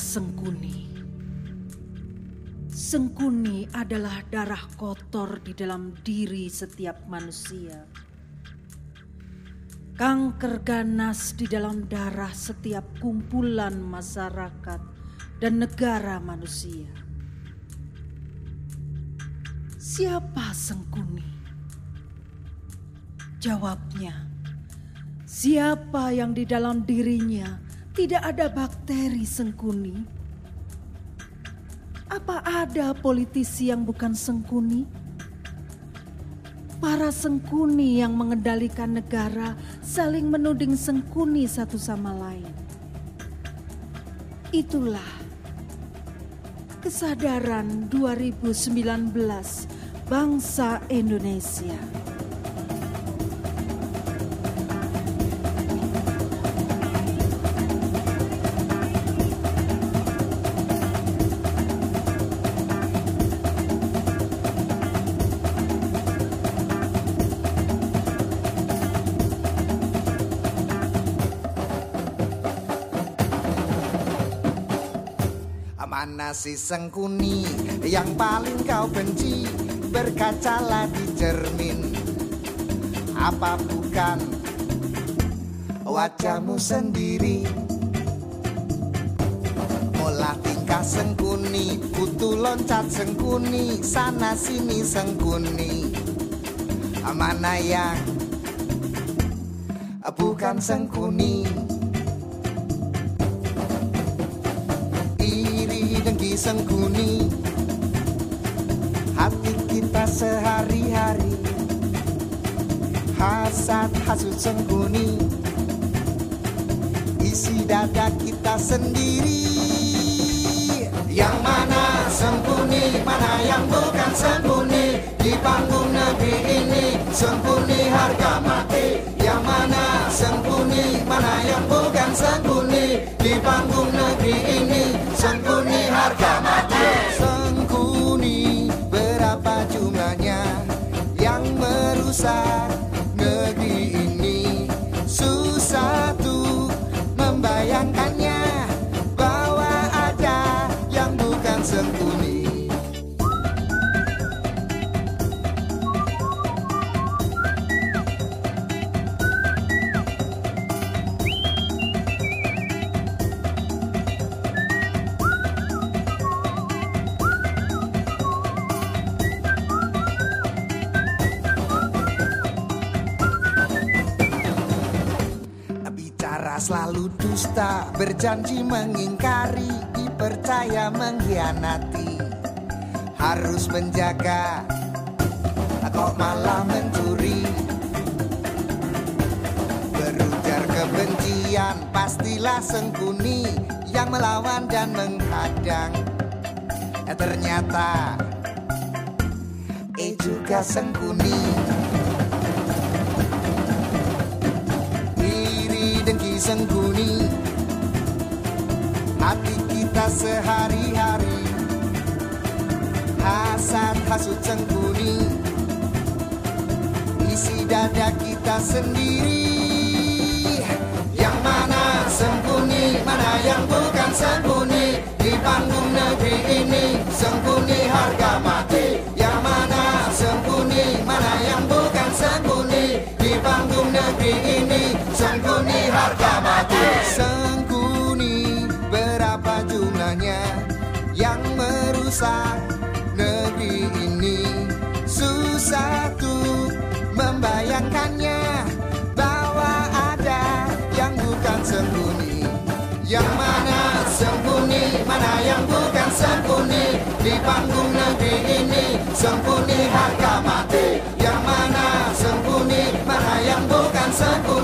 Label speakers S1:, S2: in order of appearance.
S1: Sengkuni? Sengkuni adalah darah kotor di dalam diri setiap manusia. Kanker ganas di dalam darah setiap kumpulan masyarakat dan negara manusia. Siapa Sengkuni? Jawabnya, siapa yang di dalam dirinya tidak ada bakteri Sengkuni? Apa ada politisi yang bukan Sengkuni? Para Sengkuni yang mengendalikan negara saling menuding Sengkuni satu sama lain. Itulah kesadaran 2019 bangsa Indonesia.
S2: Mana si Sengkuni yang paling kau benci? Berkacalah di cermin. Apa bukan wajahmu sendiri? Olah tingkah Sengkuni, kutu loncat Sengkuni, sana sini Sengkuni. Mana yang bukan Sengkuni? Dengki Sengkuni, hati kita sehari-hari. Hasad hasut Sengkuni, isi dada kita sendiri. Yang mana Sengkuni, mana yang bukan Sengkuni? Di panggung negeri ini Sengkuni harga mati. Yang mana Sengkuni, mana yang bukan Sengkuni? Di panggung negeri ini Sengkuni harga mati. Sengkuni berapa jumlahnya yang merusak negeri ini? Susah tuh membayangkannya bahwa ada yang bukan Sengkuni. Selalu dusta, berjanji mengingkari, dipercaya mengkhianati. Harus menjaga, kok malah mencuri. Berujar kebencian, pastilah Sengkuni yang melawan dan menghadang. Ternyata juga Sengkuni. Dengki Sengkuni, hati kita sehari-hari. Hasad hasut Sengkuni, isi dada kita sendiri. Yang mana Sengkuni, mana yang bukan Sengkuni? Di panggung negeri ini Sengkuni harga mati. Yang mana Sengkuni, mana yang bukan Sengkuni? Di panggung negeri ini Sengkuni harga mati. Sengkuni berapa jumlahnya yang merusak negeri ini? Susah tuh membayangkannya bahwa ada yang bukan Sengkuni. Yang mana Sengkuni, mana yang bukan Sengkuni? Di panggung negeri ini Sengkuni harga mati. Yang mana Sengkuni, mana yang bukan Sengkuni?